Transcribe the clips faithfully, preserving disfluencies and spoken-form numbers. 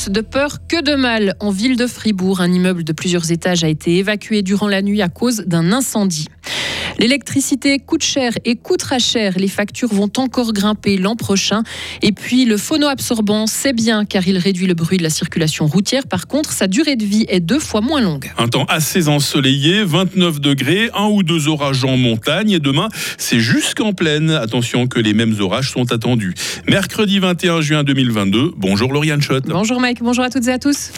Plus de peur que de mal. En ville de Fribourg, un immeuble de plusieurs étages a été évacué durant la nuit à cause d'un incendie. L'électricité coûte cher et coûtera cher. Les factures vont encore grimper l'an prochain. Et puis le phono-absorbant, c'est bien car il réduit le bruit de la circulation routière. Par contre, sa durée de vie est deux fois moins longue. Un temps assez ensoleillé, vingt-neuf degrés, un ou deux orages en montagne. Et demain, c'est jusqu'en plaine. Attention que les mêmes orages sont attendus. Mercredi vingt et un juin deux mille vingt-deux. Bonjour Lauriane Schott. Bonjour Mike, bonjour à toutes et à tous.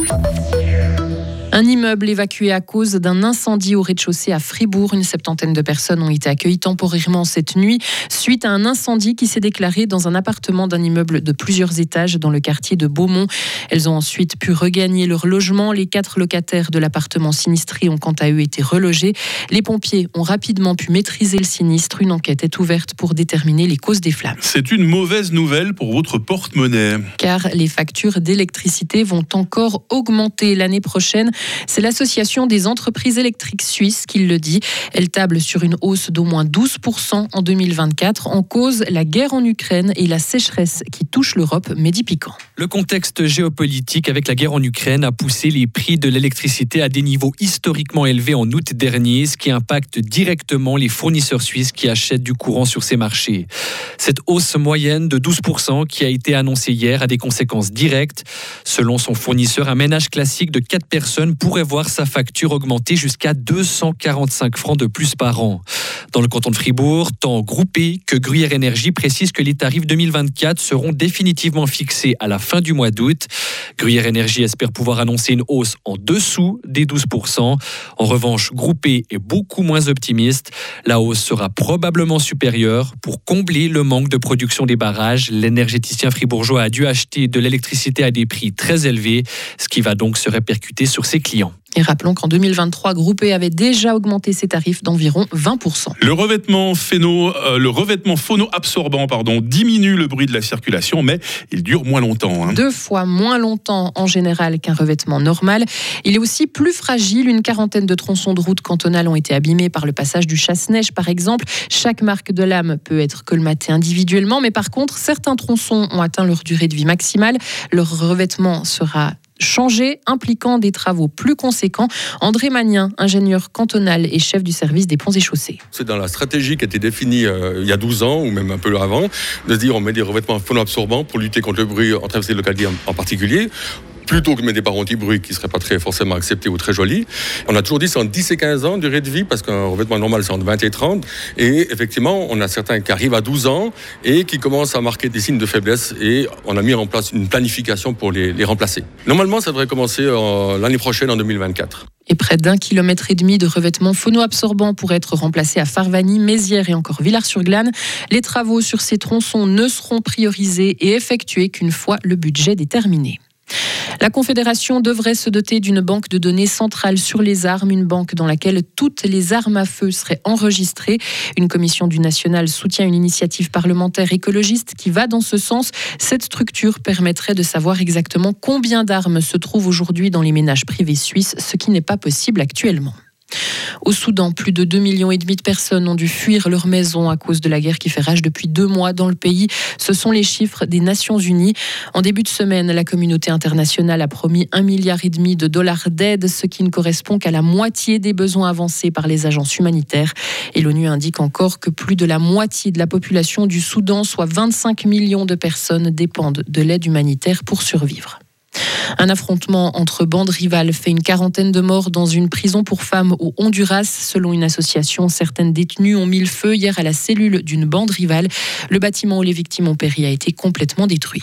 Un immeuble évacué à cause d'un incendie au rez-de-chaussée à Fribourg. Une septantaine de personnes ont été accueillies temporairement cette nuit suite à un incendie qui s'est déclaré dans un appartement d'un immeuble de plusieurs étages dans le quartier de Beaumont. Elles ont ensuite pu regagner leur logement. Les quatre locataires de l'appartement sinistré ont quant à eux été relogés. Les pompiers ont rapidement pu maîtriser le sinistre. Une enquête est ouverte pour déterminer les causes des flammes. C'est une mauvaise nouvelle pour votre porte-monnaie. Car les factures d'électricité vont encore augmenter l'année prochaine. C'est l'association des entreprises électriques suisses qui le dit. Elle table sur une hausse d'au moins douze pour cent en deux mille vingt-quatre. En cause, la guerre en Ukraine et la sécheresse qui touche l'Europe. Mehdi Piquant. Le contexte géopolitique avec la guerre en Ukraine a poussé les prix de l'électricité à des niveaux historiquement élevés en août dernier, ce qui impacte directement les fournisseurs suisses qui achètent du courant sur ces marchés. Cette hausse moyenne de douze pour cent qui a été annoncée hier a des conséquences directes. Selon son fournisseur, un ménage classique de quatre personnes pourrait voir sa facture augmenter jusqu'à deux cent quarante-cinq francs de plus par an. Dans le canton de Fribourg, tant Groupé que Gruyère Énergie précisent que les tarifs deux mille vingt-quatre seront définitivement fixés à la fin du mois d'août. Gruyère Énergie espère pouvoir annoncer une hausse en dessous des douze pour cent. En revanche, Groupé est beaucoup moins optimiste. La hausse sera probablement supérieure. Pour combler le manque de production des barrages, l'énergéticien fribourgeois a dû acheter de l'électricité à des prix très élevés, ce qui va donc se répercuter sur ses clients. Et rappelons qu'en deux mille vingt-trois, Groupé avait déjà augmenté ses tarifs d'environ vingt pour cent. Le revêtement phéno, euh, le revêtement phono-absorbant pardon, diminue le bruit de la circulation, mais il dure moins longtemps. Hein. Deux fois moins longtemps en général qu'un revêtement normal. Il est aussi plus fragile. Une quarantaine de tronçons de route cantonales ont été abîmés par le passage du chasse-neige, par exemple. Chaque marque de lame peut être colmatée individuellement, mais par contre, certains tronçons ont atteint leur durée de vie maximale. Leur revêtement sera changé, impliquant des travaux plus conséquents. André Magnien, ingénieur cantonal et chef du service des ponts et chaussées. C'est dans la stratégie qui a été définie euh, il y a douze ans, ou même un peu avant, de se dire on met des revêtements phono-absorbants pour lutter contre le bruit en traversée localisée en, en particulier, plutôt que de mettre des barres anti-bruit qui ne seraient pas très forcément acceptés ou très jolis. On a toujours dit c'est entre dix et quinze ans de durée de vie, parce qu'un revêtement normal c'est entre vingt et trente. Et effectivement, on a certains qui arrivent à douze ans et qui commencent à marquer des signes de faiblesse, et on a mis en place une planification pour les, les remplacer. Normalement, ça devrait commencer en, l'année prochaine, en deux mille vingt-quatre. Et près d'un kilomètre et demi de revêtements phono-absorbants pourraient être remplacés à Farvagny, Mézières et encore Villars-sur-Glâne. Les travaux sur ces tronçons ne seront priorisés et effectués qu'une fois le budget déterminé. La Confédération devrait se doter d'une banque de données centrale sur les armes, une banque dans laquelle toutes les armes à feu seraient enregistrées. Une commission du national soutient une initiative parlementaire écologiste qui va dans ce sens. Cette structure permettrait de savoir exactement combien d'armes se trouvent aujourd'hui dans les ménages privés suisses, ce qui n'est pas possible actuellement. Au Soudan, plus de deux millions et demi de personnes ont dû fuir leur maison à cause de la guerre qui fait rage depuis deux mois dans le pays. Ce sont les chiffres des Nations Unies. En début de semaine, la communauté internationale a promis un milliard et demi de dollars d'aide, ce qui ne correspond qu'à la moitié des besoins avancés par les agences humanitaires. Et l'ONU indique encore que plus de la moitié de la population du Soudan, soit vingt-cinq millions de personnes, dépendent de l'aide humanitaire pour survivre. Un affrontement entre bandes rivales fait une quarantaine de morts dans une prison pour femmes au Honduras. Selon une association, certaines détenues ont mis le feu hier à la cellule d'une bande rivale. Le bâtiment où les victimes ont péri a été complètement détruit.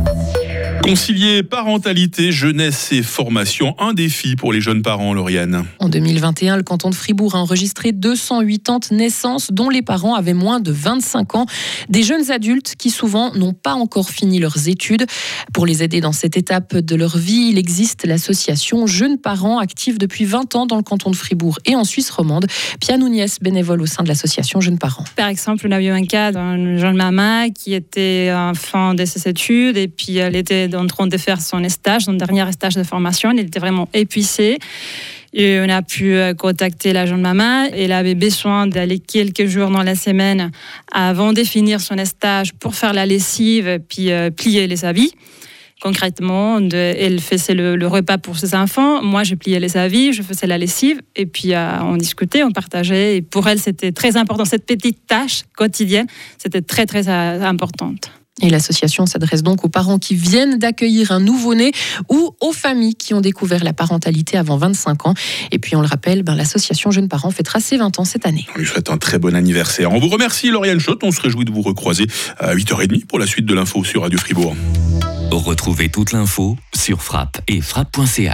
Concilier parentalité, jeunesse et formation, un défi pour les jeunes parents, Lauriane. En deux mille vingt et un, le canton de Fribourg a enregistré deux cent quatre-vingt-dix naissances dont les parents avaient moins de vingt-cinq ans. Des jeunes adultes qui souvent n'ont pas encore fini leurs études. Pour les aider dans cette étape de leur vie, il existe l'association Jeunes Parents, active depuis vingt ans dans le canton de Fribourg et en Suisse romande. Pia Nouniès, bénévole au sein de l'association Jeunes Parents. Par exemple, on a eu un cas d'une jeune maman qui était en fin de ses études et puis elle était en train de faire son stage, son dernier stage de formation. Elle était vraiment épuisée. Et on a pu contacter la jeune maman. Elle avait besoin d'aller quelques jours dans la semaine avant de finir son stage pour faire la lessive puis euh, plier les habits. concrètement, de, elle faisait le, le repas pour ses enfants. Moi, je pliais les habits, je faisais la lessive. Et puis, euh, on discutait, on partageait. Et pour elle, c'était très important. Cette petite tâche quotidienne, c'était très, très euh, importante. Et l'association s'adresse donc aux parents qui viennent d'accueillir un nouveau-né ou aux familles qui ont découvert la parentalité avant vingt-cinq ans. Et puis, on le rappelle, ben, l'association Jeunes Parents fêtera ses vingt ans cette année. On lui souhaite un très bon anniversaire. On vous remercie, Lauriane Schott. On se réjouit de vous recroiser à huit heures trente pour la suite de l'info sur Radio Fribourg. Retrouvez toute l'info sur Frappe et frappe point c h.